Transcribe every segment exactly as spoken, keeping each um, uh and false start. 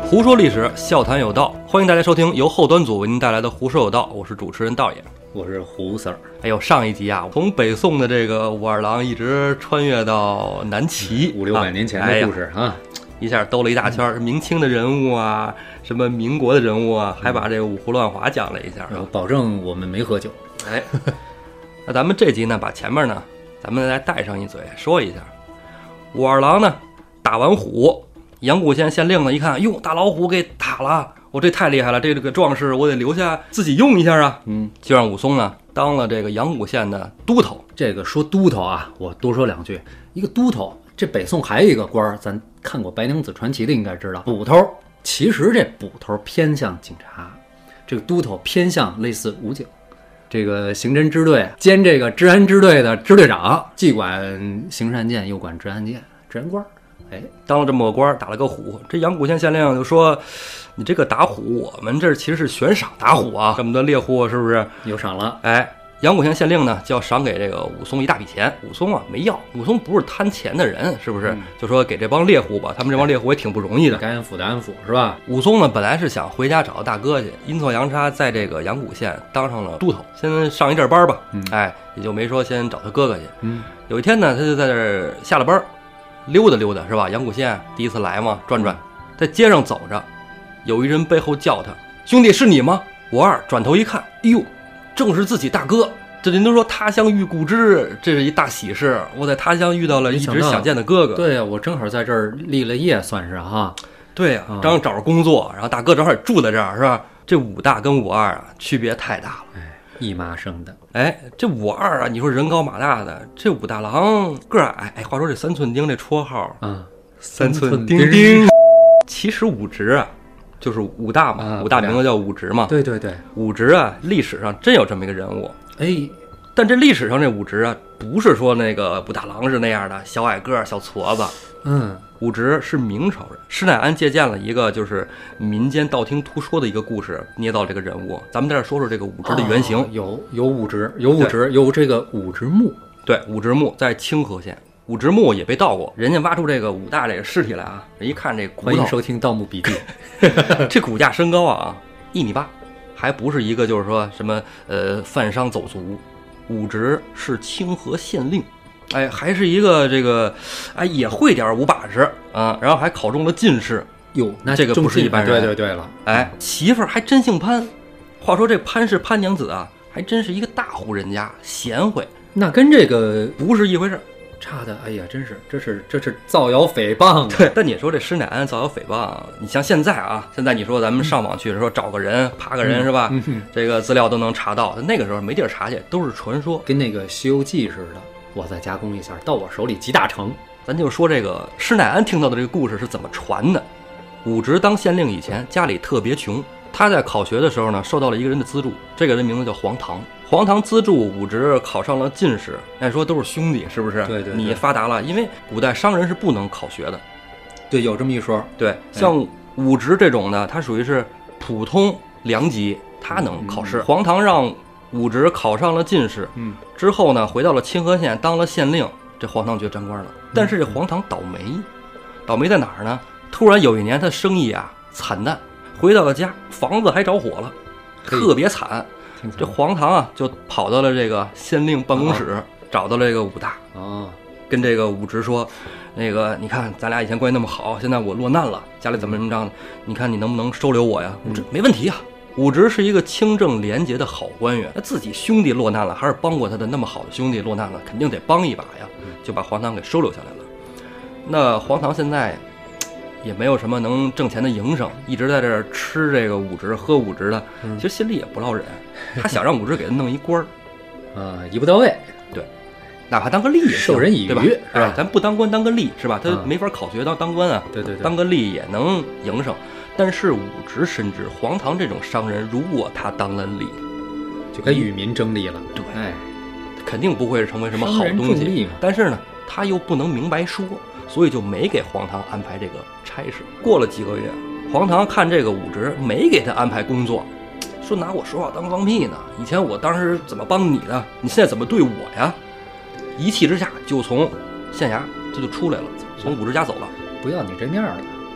胡说历史，笑谈有道，欢迎大家收听由后端组为您带来的胡说有道，我是主持人道爷， 我是胡 Sir。 哎呦，上一集啊，从北宋的这个武二郎一直穿越到南齐， 五六百年前的故事 啊, 啊， 一下兜了一大圈，嗯、明清的人物啊，什么民国的人物啊，还把这个五胡乱华讲了一下、啊， 保证我们没喝酒。 哎，那咱们这集呢，把前面呢，咱们来带上一嘴，说一下，武二郎呢打完虎。阳谷县县令呢一看，哟，大老虎给打了，我这太厉害了，这个壮士我得留下自己用一下啊。嗯，就让武松呢当了这个阳谷县的都头。 这个说都头啊，我多说两句。一个都头，这北宋还有一个官儿，咱看过《白娘子传奇》的应该知道，捕头。其实这捕头偏向警察，这个都头偏向类似武警。这个刑侦支队兼这个治安支队的支队长，既管刑事案件又管治安件，治安官。哎， 当了这么个官，打了个虎。这阳谷县县令就说：“你这个打虎，我们这其实是悬赏打虎啊，这么多猎户是不是有赏了？” 哎，阳谷县县令呢就要赏给这个武松一大笔钱。武松啊没要，武松不是贪钱的人，是不是？嗯、就说给这帮猎户吧，他们这帮猎户也挺不容易的， 该安抚的安抚是吧？ 武松呢本来是想回家找大哥去，阴错阳差在这个阳谷县当上了都头，先上一阵班吧。嗯、哎，也就没说先找他哥哥去。嗯，有一天呢，他就在这儿下了班。溜达溜达是吧？阳谷县第一次来嘛，转转，在街上走着，有一人背后叫他：“兄弟，是你吗？”武二转头一看，哎呦，正是自己大哥。这人都说他乡遇故知，这是一大喜事。我在他乡遇到了一直想见的哥哥。 对呀、啊，我正好在这儿立了业，算是哈。 对呀、啊，正好找着工作，然后大哥正好住在这儿，是吧？这武大跟武二啊，区别太大了。 哎，一妈生的。 哎，这武二啊，你说人高马大的，这武大郎个儿矮。哎，话说这三寸丁这绰号啊，三寸丁丁。其实武直啊，就是武大嘛，啊、武大名字叫武直嘛。 对对对， 武直啊，历史上真有这么一个人物。 哎， 但这历史上这武直啊，不是说那个武大郎是那样的小矮个儿、小矬子。嗯。武直是明朝人，施耐庵借鉴了一个就是民间道听途说的一个故事，捏造这个人物。咱们在这说说这个武直的原型。 哦、有有武直，有武直，有这个武直墓。 对，武直墓在清河县，武直墓也被盗过，人家挖出这个武大这个尸体来啊，一看这骨头。 欢迎收听《盗墓笔记》。 这骨架身高啊，一米八，还不是一个就是说什么呃犯商走卒。武直是清河县令。哎，还是一个这个，哎，也会点五把式啊，然后还考中了进士。 哟，那这个不是一般人。 对对对了， 哎，媳妇儿还真姓潘。话说这潘氏潘娘子啊，还真是一个大户人家，贤惠。 那跟这个不是一回事， 差的，哎呀，真是，这是这是造谣诽谤、啊。 对，但你说这施耐庵造谣诽谤，你像现在啊，现在你说咱们上网去说找个人、爬个人、嗯、是吧、嗯？这个资料都能查到。那个时候没地儿查去，都是传说， 跟那个《西游记》似的。我再加工一下，到我手里集大成。 咱就说这个施耐庵听到的这个故事是怎么传的。武直当县令以前，家里特别穷，他在考学的时候呢，受到了一个人的资助，这个人名字叫黄堂。黄堂资助武直考上了进士，按说都是兄弟，是不是？ 对 对, 对。 你发达了，因为古代商人是不能考学的。 对，有这么一说。 对，像武直这种的，他属于是普通良级，他能考试。嗯、黄堂让武直考上了进士，嗯，之后呢，回到了清河县当了县令。这黄堂觉得沾光了，但是这黄堂倒霉，嗯、倒霉在哪儿呢？突然有一年，他生意啊惨淡，回到了家，房子还着火了，特别惨。这黄堂啊，就跑到了这个县令办公室，哦、找到了这个武大，哦，跟这个武直说，那个你看咱俩以前关系那么好，现在我落难了，家里怎么怎么着，你看你能不能收留我呀？武直、嗯、没问题啊。武直是一个清正廉洁的好官员，他自己兄弟落难了，还是帮过他的那么好的兄弟落难了，肯定得帮一把呀，就把黄堂给收留下来了。那黄堂现在也没有什么能挣钱的营生，一直在这儿吃这个武直，喝武直的，其实心里也不落忍，他想让武直给他弄一官儿， 啊，一步到位， 对，哪怕当个吏也授人以渔， 对吧？哎，咱不当官当个吏是吧？他没法考学当当官啊， 对对对， 当个吏也能营生。但是武直深知，黄堂这种商人，如果他当了吏， 就该与民争利了。 对，哎，肯定不会成为什么好东西。但是呢，他又不能明白说，所以就没给黄堂安排这个差事。过了几个月，黄堂看这个武直没给他安排工作，说拿我说话当放屁呢。以前我当时怎么帮你的，你现在怎么对我呀？一气之下就从县衙这就出来了，从武直家走了。 不要你这面了。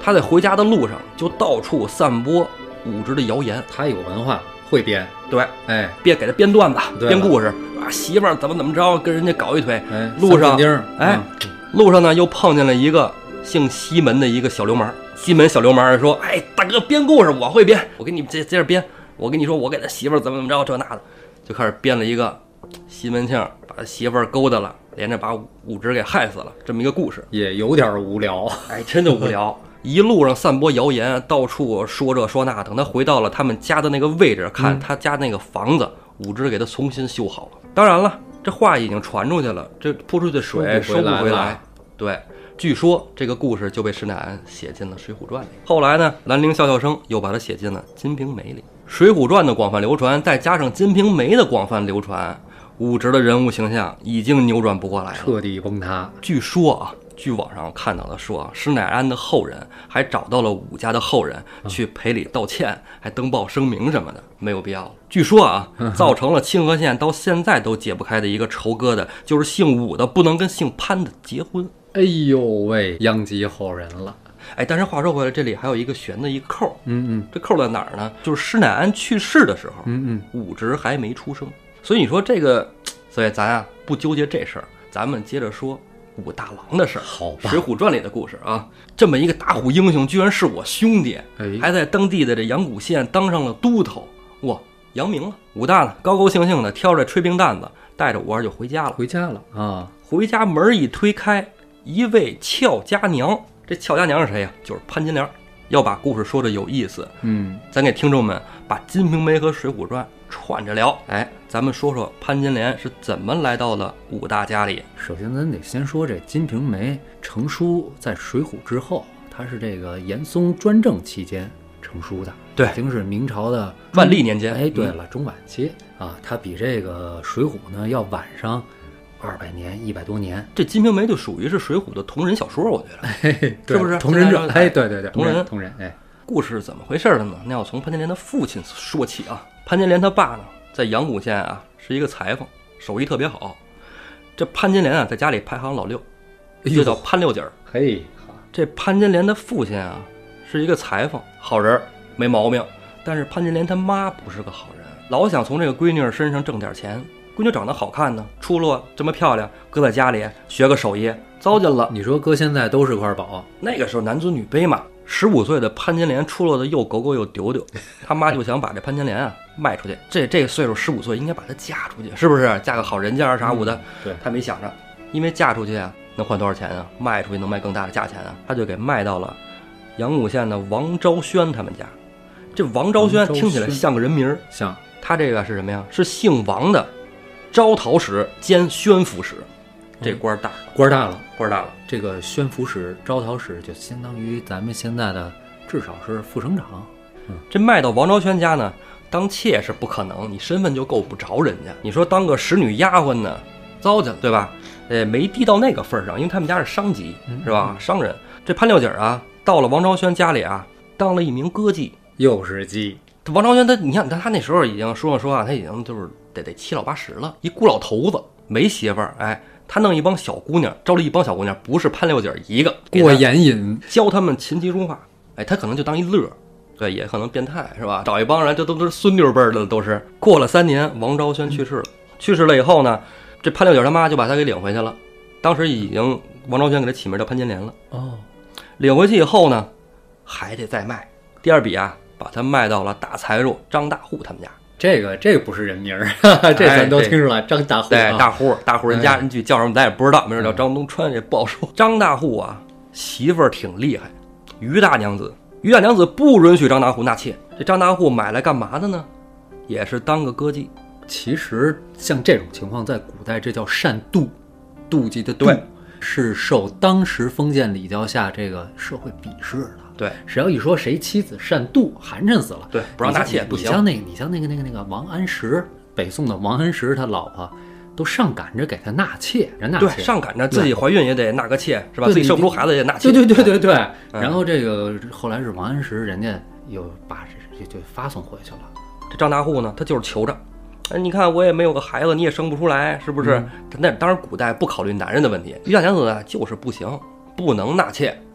他在回家的路上就到处散播武职的谣言。 他有文化，会编， 对， 哎， 编给他编段子，编故事啊，媳妇儿怎么怎么着，跟人家搞一腿。 哎， 路上，哎， 嗯、 路上呢又碰见了一个姓西门的一个小流氓。西门小流氓说：“哎，大哥，编故事我会编，我给你接接着编。我跟你说，我给他媳妇儿怎么怎么着，这那的，就开始编了一个西门庆把他媳妇儿勾搭了，连着把武职给害死了这么一个故事， 也有点无聊。 哎，真的无聊。”一路上散播谣言，到处说这说那。等他回到了他们家的那个位置，看他家那个房子，武职给他重新修好了。当然了，这话已经传出去了，这扑出去的水收不回来。对，据说这个故事就被施耐庵写进了《水浒传》里。后来呢，兰陵笑笑生又把它写进了《金瓶梅》里。《水浒传》的广泛流传，再加上《金瓶梅》的广泛流传，武职的人物形象已经扭转不过来了， 彻底崩塌。 据说啊。据网上看到的说，施耐庵的后人还找到了武家的后人去赔礼道歉，还登报声明什么的，没有必要了。据说啊，造成了清河县到现在都解不开的一个仇疙瘩，就是姓武的不能跟姓潘的结婚。 哎呦喂，殃及后人了。 哎，但是话说回来，这里还有一个悬的一个扣。 嗯嗯， 这扣在哪儿呢？就是施耐庵去世的时候， 嗯嗯， 武职还没出生。所以你说这个，所以咱啊不纠结这事儿，咱们接着说武大郎的事儿。 好吧， 《水浒传》里的故事啊，这么一个打虎英雄，居然是我兄弟， 哎、 还在当地的这阳谷县当上了都头，哇，扬名了。武大呢，高高兴兴的挑着吹兵担子，带着武二就回家了。 回家了啊！ 回家门一推开，一位俏家娘。这俏家娘是谁呀？就是潘金莲。要把故事说的有意思， 嗯， 咱给听众们把《金瓶梅》和《水浒传》串着聊。哎，咱们说说潘金莲是怎么来到了武大家里。 首先咱得先说这《金瓶梅》成书在《水浒》之后，它是这个严嵩专政期间成书的， 对， 已经是明朝的万历年间。 哎，对了，中晚期啊，它比这个《水浒》呢要晚上二百年，一百多年。 这《金瓶梅》就属于是《水浒》的同人小说，我觉得， 嘿是不是？ 同人者，哎，对对对， 同人同人。哎， 故事是怎么回事呢？那要从潘金莲的父亲说起啊。潘金莲他爸呢，在阳谷县啊是一个裁缝，手艺特别好。这潘金莲啊，在家里排行老六，就叫潘六姐儿。 嘿， 这潘金莲的父亲啊，是一个裁缝，好人没毛病。但是潘金莲他妈不是个好人，老想从这个闺女身上挣点钱。闺女长得好看呢，出落这么漂亮，搁在家里学个手艺，糟践了。 你说搁现在都是块宝， 那个时候男尊女卑嘛。十五岁的潘金莲出落的又狗狗又丢丢，他妈就想把这潘金莲啊卖出去。这这个岁数十五岁应该把她嫁出去，是不是？嫁个好人家啥五的。 嗯、对， 他没想着，因为嫁出去啊能换多少钱啊？卖出去能卖更大的价钱啊，他就给卖到了阳谷县的王昭轩他们家。这王昭轩听起来像个人名， 像他这个是什么呀？是姓王的招讨使兼宣抚使。这官大， 官大了， 官大了。 这个宣抚使、招讨使就相当于咱们现在的至少是副省长。 嗯，这卖到王昭轩家呢，当妾是不可能，你身份就够不着人家。你说当个使女丫鬟呢，糟践了，对吧？呃，没低到那个份上，因为他们家是商籍，是吧？嗯、商人。这潘六姐啊，到了王昭轩家里啊，当了一名歌妓， 又是妓。 王昭轩他，你看他他那时候已经说了说啊，他已经就是得得七老八十了，一孤老头子，没媳妇儿，哎。他弄一帮小姑娘，招了一帮小姑娘，不是潘六姐一个， 过眼瘾， 教他们琴棋书画。哎，他可能就当一乐，对，也可能变态，是吧？找一帮人，这都都是孙女辈的，都是。过了三年，王昭轩去世了。嗯、去世了以后呢，这潘六姐他妈就把他给领回去了。当时已经王昭轩给他起名叫潘金莲了。 哦， 领回去以后呢，还得再卖。第二笔啊，把他卖到了大财主张大户他们家。 这个这个不是人名儿，这咱都听出来。张大户， 对，大户，大户人家人具叫什么咱也不知道，没准叫张东川也不好说。张大户啊，媳妇儿挺厉害，于大娘子，于大娘子不允许张大户纳妾。这张大户买来干嘛的呢？也是当个歌妓。 其实像这种情况，在古代这叫善妒，妒忌的妒， 对， 是受当时封建礼教下这个社会鄙视的。 对， 只要一说谁妻子善妒，寒碜死了。 对，不让纳妾不行。 你像那个，你像那个那个那个王安石，北宋的王安石，他老婆都上赶着给他纳妾，人纳妾。 对，上赶着自己怀孕也得纳个妾，是吧？自己生不出孩子也纳妾。 对对对对对。 嗯、 然后这个后来是王安石，人家又把这就发送回去了。 这张大户呢，他就是求着，哎，你看我也没有个孩子，你也生不出来，是不是？嗯、那当然，古代不考虑男人的问题。于大娘子呢，就是不行，不能纳妾。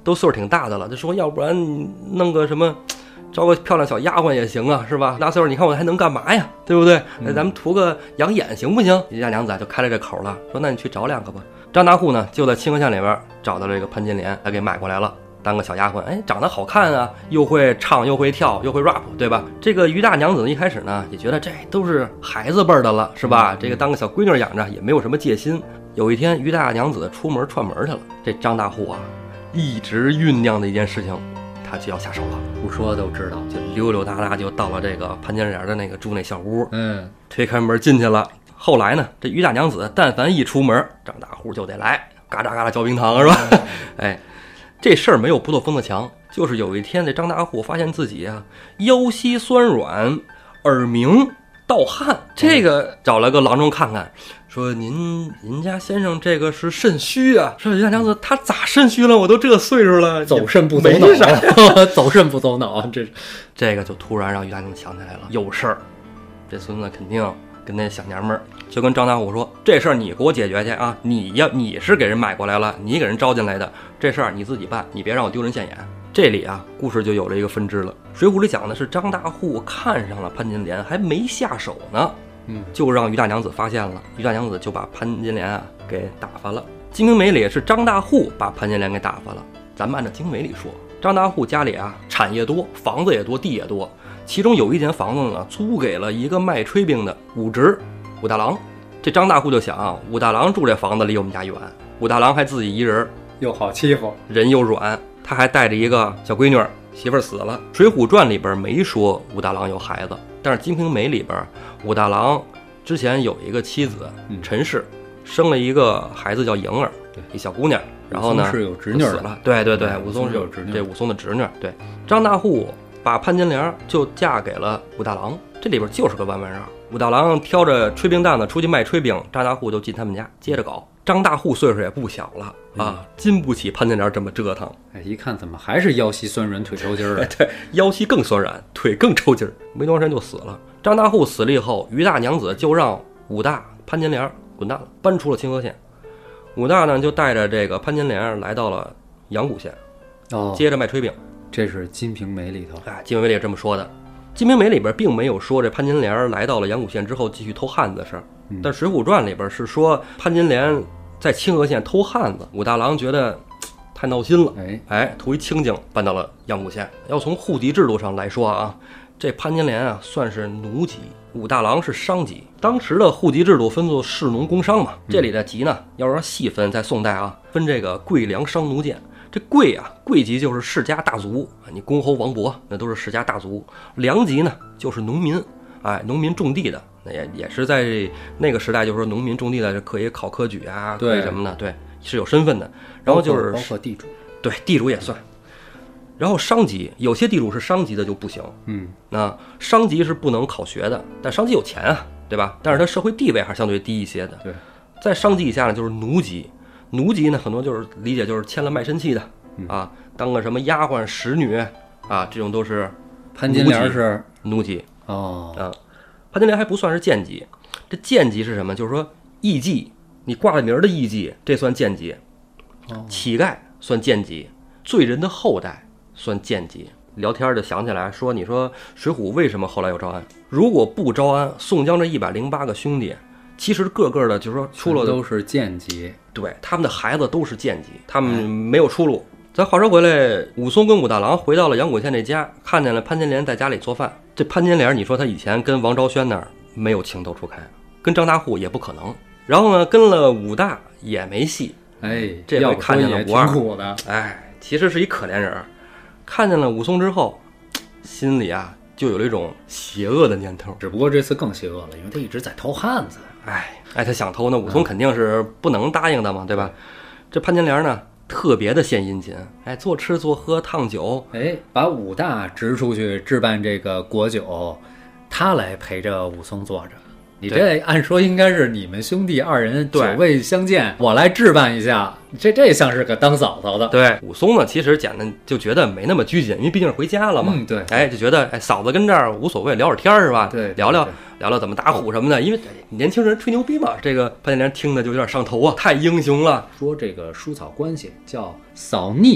都岁数挺大的了，就说要不然你弄个什么招个漂亮小丫鬟也行啊，是吧？大岁数你看我还能干嘛呀，对不对？那咱们图个养眼行不行？于大娘子就开了这口了，说那你去找两个吧。张大户呢就在清河县里边找到这个潘金莲，他给买过来了当个小丫鬟。哎，长得好看啊，又会唱又会跳又会 rap， 对吧？这个于大娘子一开始呢也觉得这都是孩子辈的了，是吧？这个当个小闺女养着也没有什么戒心。有一天于大娘子出门串门去了，这张大户啊一直酝酿的一件事情他就要下手了， 不说都知道， 就溜溜达达就到了这个潘金莲的那个住那小屋， 嗯， 推开门进去了。后来呢，这于大娘子但凡一出门，张大户就得来，嘎喳嘎喳嚼冰糖，是吧？嗯、哎，这事儿没有不透风的墙，就是有一天这张大户发现自己啊腰膝酸软，耳鸣盗汗，这个找了个郎中看看。说您您家先生这个是肾虚啊，说于大娘子他咋肾虚了？我都这岁数了， 走肾不走脑，走肾不走脑，这这个就突然让于大娘子想起来了，有事儿。这孙子肯定跟那小娘们儿就跟张大虎说，这事儿你给我解决去啊！你要你是给人买过来了，你给人招进来的，这事儿你自己办，你别让我丢人现眼。这里啊，故事就有了一个分支了。水浒里讲的是张大户看上了潘金莲，还没下手呢。嗯，就让于大娘子发现了，于大娘子就把潘金莲啊给打发了。金瓶梅里是张大户把潘金莲给打发了，咱们按照金瓶梅里说，张大户家里啊产业多，房子也多，地也多，其中有一间房子呢租给了一个卖炊饼的武职武大郎。这张大户就想，武大郎住这房子离我们家远，武大郎还自己一人， 又好欺负， 人又软，他还带着一个小闺女，媳妇儿死了。水浒传里边没说武大郎有孩子，但是金瓶梅里边武大郎之前有一个妻子陈氏，生了一个孩子叫莹儿，一小姑娘，然后呢是有侄女死了。对对对，武松是有侄女， 这武松的侄女。对，张大户把潘金莲就嫁给了武大郎，这里边就是个弯弯绕。武大郎挑着炊饼担子出去卖炊饼，张大户就进他们家接着搞。张大户岁数也不小了啊，经不起潘金莲这么折腾。 哎，一看怎么还是腰膝酸软腿抽筋儿？ 对，腰膝更酸软，腿更抽筋儿，没多长时间就死了。张大户死了以后，于大娘子就让武大、潘金莲滚蛋了，搬出了清河县。武大呢就带着这个潘金莲来到了阳谷县，哦，接着卖炊饼。 这是《金瓶梅》里头， 哎，《金瓶梅》里也这么说的。《金瓶梅》里边并没有说这潘金莲来到了阳谷县之后继续偷汉子的事儿，嗯、但《水浒传》里边是说潘金莲在清河县偷汉子，武大郎觉得太闹心了，哎哎，图一清静，搬到了阳谷县。要从户籍制度上来说啊，这潘金莲啊算是奴籍，武大郎是商籍。当时的户籍制度分作士农工商嘛，这里的籍呢，要是说细分，在宋代啊，分这个贵粮商奴贱。这贵啊，贵级就是世家大族，你公侯王伯那都是世家大族。粮级呢，就是农民，哎，农民种地的，那也也是在那个时代，就是说农民种地的是可以考科举啊，可以什么的，对，是有身份的。然后就是包括地主， 对，地主也算。然后商级，有些地主是商级的就不行， 嗯， 那商级是不能考学的，但商级有钱啊，对吧？但是他社会地位还是相对低一些的。 对， 在商级以下呢，就是奴级。奴籍呢，很多就是理解就是签了卖身契的、嗯、啊，当个什么丫鬟、使女啊，这种都是。 潘金莲是奴籍哦啊，潘金莲还不算是贱籍。这贱籍是什么？就是说艺妓，你挂了名的艺妓，这算贱籍。 哦， 乞丐算贱籍，罪人的后代算贱籍。聊天就想起来说，你说水浒为什么后来有招安？如果不招安，宋江这一百零八个兄弟。其实个个的，就是说出了都是贱籍， 对，他们的孩子都是贱籍，他们没有出路。咱话说回来，武松跟武大郎回到了阳谷县这家，看见了潘金莲在家里做饭。这潘金莲，你说他以前跟王昭轩那儿没有情窦初开，跟张大户也不可能。然后呢，跟了武大也没戏。 哎， 这回看见了武二， 苦的， 哎，其实是一可怜人。看见了武松之后，心里啊就有了一种邪恶的念头。 只不过这次更邪恶了，因为他一直在偷汉子。 哎哎，他想偷呢，武松肯定是不能答应的嘛，对吧？这潘金莲呢，特别的献殷勤，哎，做吃做喝烫酒， 哎，把武大直出去置办这个果酒，他来陪着武松坐着。你这按说应该是你们兄弟二人久未相见，我来置办一下，这这像是个当嫂嫂的。 对，武松呢，其实简单就觉得没那么拘谨，因为毕竟是回家了嘛。 嗯，对。 哎，就觉得哎，嫂子跟这儿无所谓，聊会儿天是吧？ 对， 聊聊聊聊怎么打虎什么的，因为年轻人吹牛逼嘛。这个潘金莲听的就有点上头啊，太英雄了。 说这个叔嫂关系叫嫂逆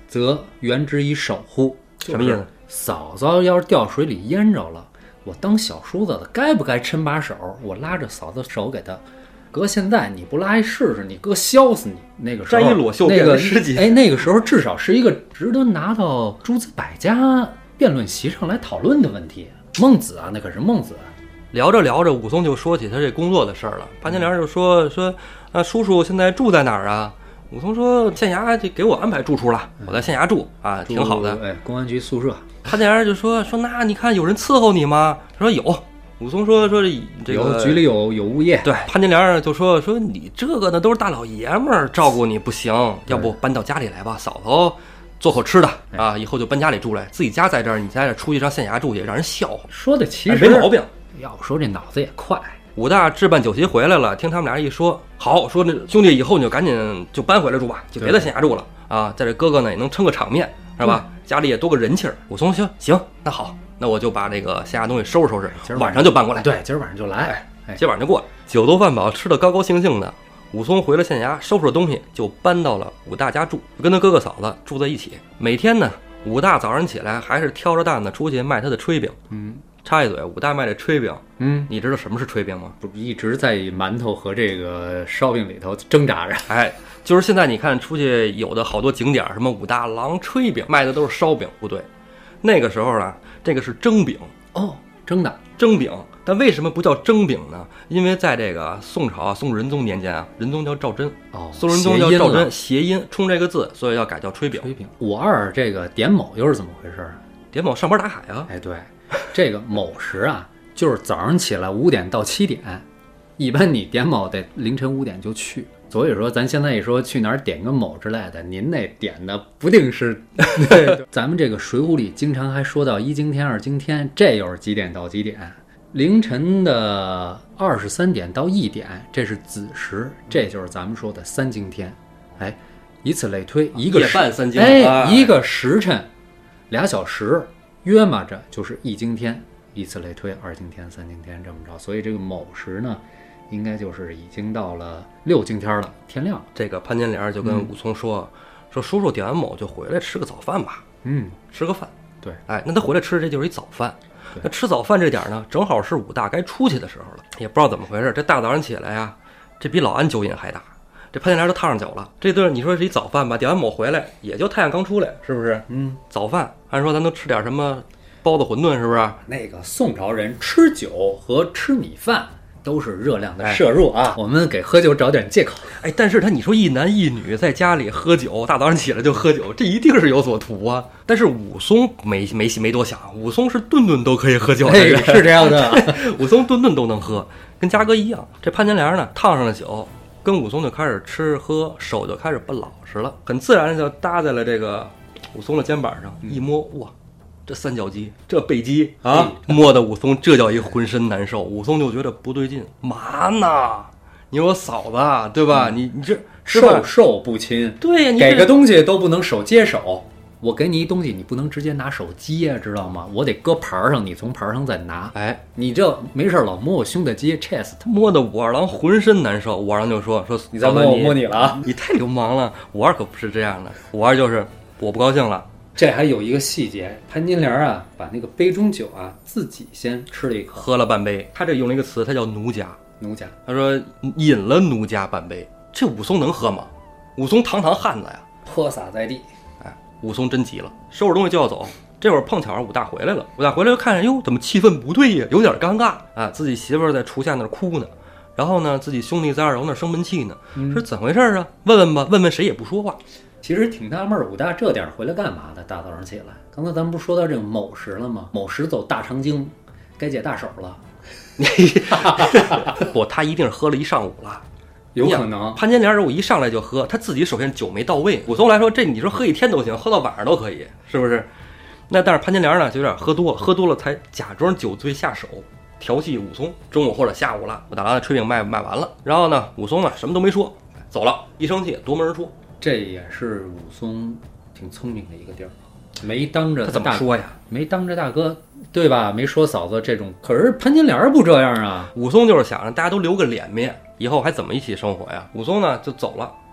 则原之以守护。 什么意思？ 嫂子要是掉水里淹着了，我当小叔子的该不该抻把手，我拉着嫂子手给她。搁现在你不拉一试试，你哥削死你。那个时候沾一裸袖变那个尸体， 哎，那个时候至少是一个值得拿到诸子百家辩论席上来讨论的问题。孟子啊，那可是孟子。 聊着聊着，武松就说起他这工作的事儿了。潘金莲就说说啊，叔叔现在住在哪儿啊？武松说县衙就给我安排住处了，我在县衙住啊，挺好的。 哎，公安局宿舍。 潘金莲就说说那你看有人伺候你吗？他说有。武松说说这个有局里有有物业。 对，潘金莲就说说你这个呢都是大老爷们儿照顾你不行，要不搬到家里来吧，嫂子做口吃的啊，以后就搬家里住来，自己家在这儿，你在这出去上县衙住去，让人笑话。 说的其实没毛病。 要说这脑子也快。 武大置办酒席回来了，听他们俩一说，好，说那兄弟以后你就赶紧就搬回来住吧，就别在县衙住了啊，在这哥哥呢也能撑个场面，是吧？家里也多个人气儿。武松说行，那好。那我就把这个县衙东西收拾收拾，晚上就搬过来。 对，今儿晚上就来， 哎，今晚上就过来，酒足饭饱，吃得高高兴兴的。武松回了县衙，收拾了东西，就搬到了武大家住，跟他哥哥嫂子住在一起。每天呢，武大早上起来还是挑着担子出去卖他的炊饼。 嗯， 插一嘴，武大卖这炊饼， 嗯， 你知道什么是炊饼吗？ 不，一直在馒头和这个烧饼里头挣扎着。 哎，就是现在你看出去有的好多景点，什么武大郎炊饼，卖的都是烧饼，不对。那个时候呢，这个是蒸饼哦，蒸的蒸饼。但为什么不叫蒸饼呢？因为在这个宋朝啊，宋仁宗年间啊，仁宗叫赵祯， 哦， 宋仁宗叫赵祯，谐音冲这个字，所以要改叫炊饼。 炊饼。武二这个点卯又是怎么回事？ 点卯上班打海啊。 哎，对，这个卯时啊，就是早上起来五点到七点，一般你点卯得凌晨五点就去。所以说，咱现在一说去哪儿点个卯之类的，您那点的不定是。对，咱们这个《水浒》里经常还说到一更天、二更天，这又是几点到几点？凌晨的二十三点到一点，这是子时，这就是咱们说的三更天。哎，以此类推，一个夜半三更， 哎，一个时辰，俩小时，约嘛着就是一更天。以此类推，二更天、三更天这么着。所以这个卯时呢，应该就是已经到了六更天了，天亮了。 这个潘金莲就跟武松说、嗯、说叔叔点完卯就回来吃个早饭吧。 嗯， 吃个饭。 对， 哎，那他回来吃这就是一早饭。那吃早饭这点呢，正好是武大该出去的时候了。也不知道怎么回事，这大早上起来呀，这比老安酒瘾还大。这潘金莲都烫上脚了。这顿你说是一早饭吧，点完卯回来也就太阳刚出来，是不是？ 嗯， 早饭按说咱都吃点什么包子、馄饨，是不是？ 那个宋朝人吃酒和吃米饭都是热量的摄入啊，哎、我们给喝酒找点借口。 哎，但是他你说一男一女在家里喝酒，大早上起来就喝酒，这一定是有所图啊。但是武松没没没多想，武松是顿顿都可以喝酒的人， 哎、是这样的。 武松顿顿都能喝，跟嘉哥一样。这潘金莲呢，烫上了酒，跟武松就开始吃喝，手就开始不老实了，很自然的就搭在了这个武松的肩膀上，一摸，哇！这三角肌，这背肌啊，摸的武松这叫一浑身难受。武松就觉得不对劲，嘛呢？你我嫂子对吧？嗯、你你这授受不亲， 对呀，你给个东西都不能手接手。我给你一东西，你不能直接拿手接，知道吗？我得搁盘上，你从盘上再拿。 哎， 你这没事老摸我兄弟肌 chest， 他摸的武二郎浑身难受。武二郎就说说你再摸我摸你了啊！ 你太流氓了。武二可不是这样的，武二就是我不高兴了。 这还有一个细节，潘金莲啊，把那个杯中酒啊自己先吃了一口， 喝了半杯。他这用了一个词，他叫奴家。 奴家， 他说饮了奴家半杯。这武松能喝吗？武松堂堂汉子呀， 泼洒在地。 哎，武松真急了，收拾东西就要走。这会儿碰巧武大回来了，武大回来就看见，哟，怎么气氛不对呀，有点尴尬啊。自己媳妇儿在厨下那儿哭呢，然后呢，自己兄弟在二楼那儿生闷气呢， 嗯、 是怎么回事啊？问问吧，问问谁也不说话。 其实挺纳闷儿，武大这点回来干嘛的？大早上起来，刚才咱们不是说到这个卯时了吗？卯时走大长经，该解大手了。 不，他一定是喝了一上午了， 有可能。 潘金莲如果一上来就喝，他自己首先酒没到位。武松来说，这你说喝一天都行，喝到晚上都可以，是不是？那但是潘金莲呢，就有点喝多了，喝多了才假装酒醉下手，调戏武松。中午或者下午了，武大郎的炊饼卖卖完了，然后呢，武松呢什么都没说，走了，一生气夺门而出。 这也是武松挺聪明的一个地儿，没当着他怎么说呀？ 没当着大哥，对吧？没说嫂子这种。可是潘金莲不这样啊。 武松就是想让大家都留个脸面，以后还怎么一起生活呀？武松呢就走了，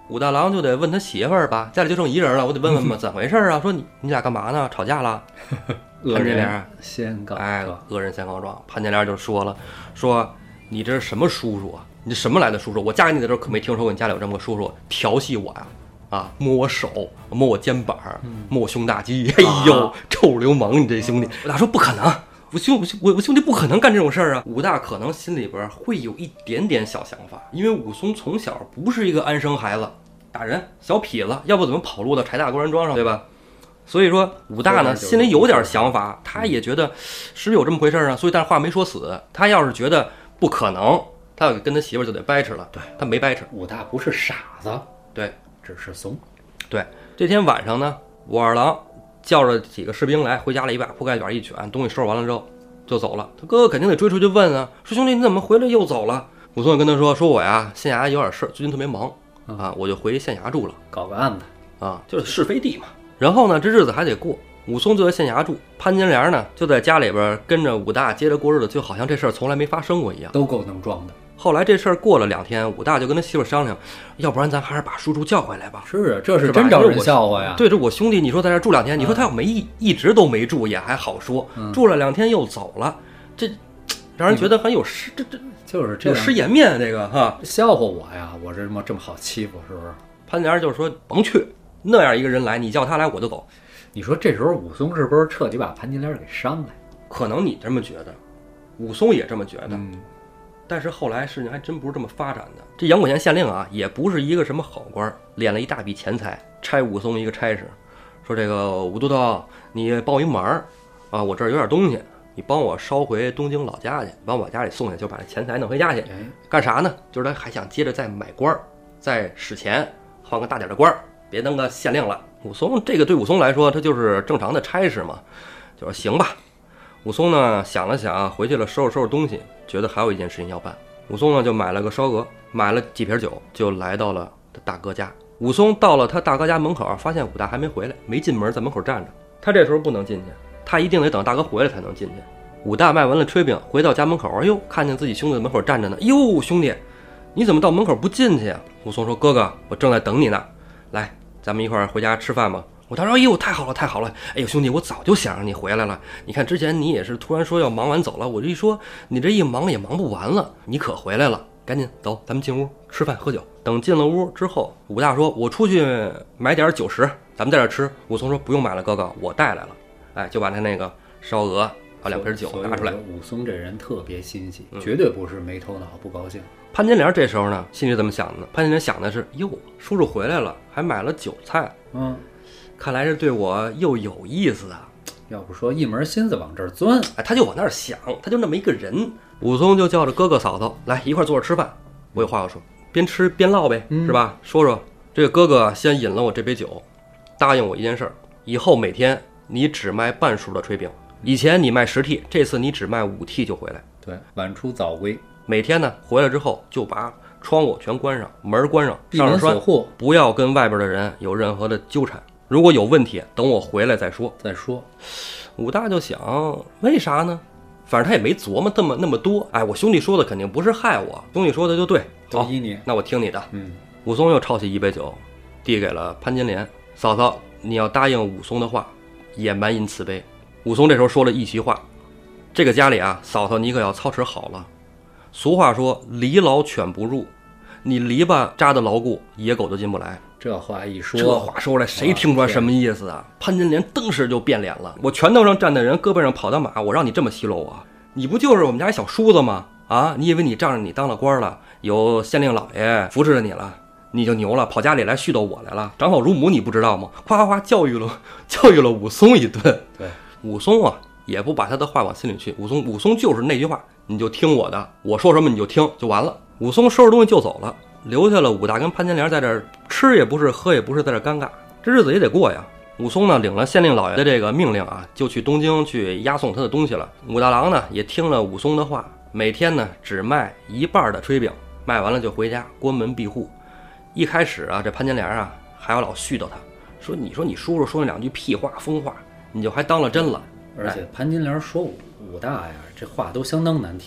武大郎就得问他媳妇儿吧，家里就剩一人了，我得问问吧，怎么回事啊？说你你俩干嘛呢？吵架了？ 恶人先告状， 哎，恶人先告状。潘金莲就说了，说你这是什么叔叔啊？你这什么来的叔叔？我嫁给你的时候可没听说过你家里有这么个叔叔调戏我呀、啊！啊，摸我手，摸我肩膀，摸我胸大肌。哎呦，啊、臭流氓！你这兄弟，武大说不可能，我兄我我兄弟不可能干这种事儿啊！武大可能心里边会有一点点小想法，因为武松从小不是一个安生孩子，打人小痞子，要不怎么跑路到柴大官人庄上，对吧？所以说武大呢心里有点想法，他也觉得是有这么回事啊，所以但是话没说死。他要是觉得不可能，他要跟他媳妇就得掰扯了。 对， 他没掰扯。 武大不是傻子， 对， 只是怂。 对，这天晚上呢，武二郎叫着几个士兵来，回家了一把铺盖卷一卷，东西收拾完了之后就走了。他哥哥肯定得追出去问啊，说兄弟你怎么回来又走了？武松就跟他说，说我呀县衙有点事，最近特别忙啊，我就回县衙住了， 搞个案子啊，就是是非地嘛。然后呢，这日子还得过，武松就在县衙住，潘金莲呢就在家里边跟着武大接着过日子，就好像这事儿从来没发生过一样， 都够能装的。 后来这事儿过了两天，武大就跟他媳妇商量，要不然咱还是把叔叔叫回来吧。 是啊，这是真招人笑话呀。 对，这我兄弟，你说在这住两天，你说他要没一一直都没住也还好说，嗯、住了两天又走了，这让人觉得很有失，这这就是这有失颜面，这个哈笑话我呀，我这么这么好欺负，是不是？ 潘金莲就是说甭去。那样一个人来，你叫他来我就走。 你说这时候武松是不是彻底把潘金莲给伤了？ 可能你这么觉得，武松也这么觉得。 嗯， 但是后来事情还真不是这么发展的。这阳谷县县令啊，也不是一个什么好官，敛了一大笔钱财，差武松一个差事，说这个武都督，你帮我一忙啊，我这儿有点东西，你帮我捎回东京老家去，把我家里送下，就把这钱财弄回家去。 哎、 干啥呢？就是他还想接着再买官，再使钱，换个大点的官。别当个县令了。武松这个对武松来说，他就是正常的差事嘛，就说行吧。武松呢想了想，回去了收拾收拾东西，觉得还有一件事情要办。武松呢就买了个烧鹅，买了几瓶酒，就来到了他大哥家。武松到了他大哥家门口，发现武大还没回来，没进门，在门口站着。他这时候不能进去，他一定得等大哥回来才能进去。武大卖完了炊饼，回到家门口，哎呦，看见自己兄弟在门口站着呢。哟，兄弟，你怎么到门口不进去呀？武松说：“哥哥，我正在等你呢。来，咱们一块儿回家吃饭吧。”我当时说：“哎呦，太好了，太好了！哎呦，兄弟，我早就想让你回来了。你看之前你也是突然说要忙完走了，我这一说你这一忙也忙不完了，你可回来了。赶紧走，咱们进屋吃饭喝酒。”等进了屋之后，武大说：“我出去买点酒食，咱们在这吃。”武松说：“不用买了，哥哥，我带来了。”哎，就把他那个烧鹅把两瓶酒拿出来。 武松这人特别心细，嗯、绝对不是没头脑不高兴。 潘金莲这时候呢，心里怎么想的呢？潘金莲想的是：哟，叔叔回来了，还买了酒菜， 嗯， 看来是对我又有意思啊。 要不说一门心思往这儿钻， 哎，他就往那儿想，他就那么一个人。武松就叫着哥哥嫂嫂来一块坐着吃饭，我有话要说，边吃边唠呗， 嗯、 是吧？说说这个哥哥先饮了我这杯酒，答应我一件事儿，以后每天你只卖半数的炊饼，以前你卖十屉，这次你只卖五屉就回来。 对，晚出早归。 每天呢回来之后就把窗户全关上，门关上，上上栓，不要跟外边的人有任何的纠缠。如果有问题，等我回来再说。 再说， 武大就想，为啥呢？反正他也没琢磨这么那么多。哎，我兄弟说的肯定不是害我，兄弟说的就对，好， 依你， 那我听你的。 嗯， 武松又抄起一杯酒，递给了潘金莲嫂嫂，你要答应武松的话，也满饮此杯。武松这时候说了一席话，这个家里啊，嫂嫂你可要操持好了。俗话说篱牢犬不入，你篱笆扎的牢固，野狗就进不来。 这话一说， 这话说来谁听出来什么意思啊？潘金莲登时就变脸了，我拳头上站的人，胳膊上跑的马，我让你这么奚落我？你不就是我们家一小叔子吗？啊，你以为你仗着你当了官了，有县令老爷扶持着你了，你就牛了，跑家里来絮叨我来了，长好乳母你不知道吗？夸夸夸教育了教育了武松一顿。 对， 武松啊也不把他的话往心里去，武松武松就是那句话，你就听我的，我说什么你就听就完了。武松收拾东西就走了，留下了武大跟潘金莲在这儿吃也不是喝也不是，在这尴尬，这日子也得过呀。武松呢领了县令老爷的这个命令啊，就去东京去押送他的东西了。武大郎呢也听了武松的话，每天呢只卖一半的炊饼，卖完了就回家关门闭户。一开始啊这潘金莲啊还要老絮叨他，说你说你叔叔说那两句屁话疯话，你就还当了真了。 而且潘金莲说武武大呀这话都相当难听，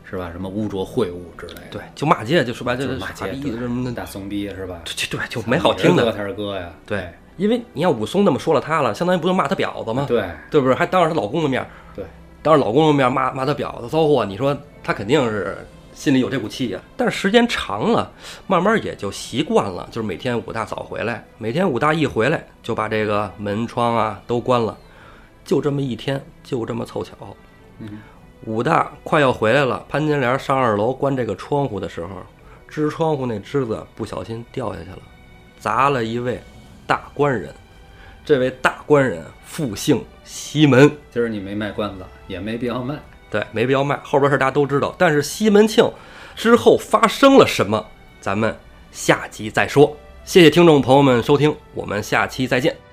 是吧？什么污浊秽物之类的。 对，就骂街，就说白了就是骂街， 什么的大怂逼是吧？ 对对，就没好听的。 哥才是哥呀。 对，因为你要武松那么说了他了，相当于不就骂他婊子吗？ 对， 对不是？还当着她老公的面， 对， 当着老公的面骂骂他婊子骚货，你说他肯定是心里有这股气呀。但是时间长了，慢慢也就习惯了，就是每天武大早回来，每天武大一回来就把这个门窗啊都关了，就这么一天，就这么凑巧。 嗯， 武大快要回来了，潘金莲上二楼关这个窗户的时候，支窗户那枝子不小心掉下去了，砸了一位大官人。这位大官人复姓西门。 今儿你没卖关子，也没必要卖。 对，没必要卖，后边事大家都知道。但是西门庆之后发生了什么，咱们下集再说。谢谢听众朋友们收听，我们下期再见。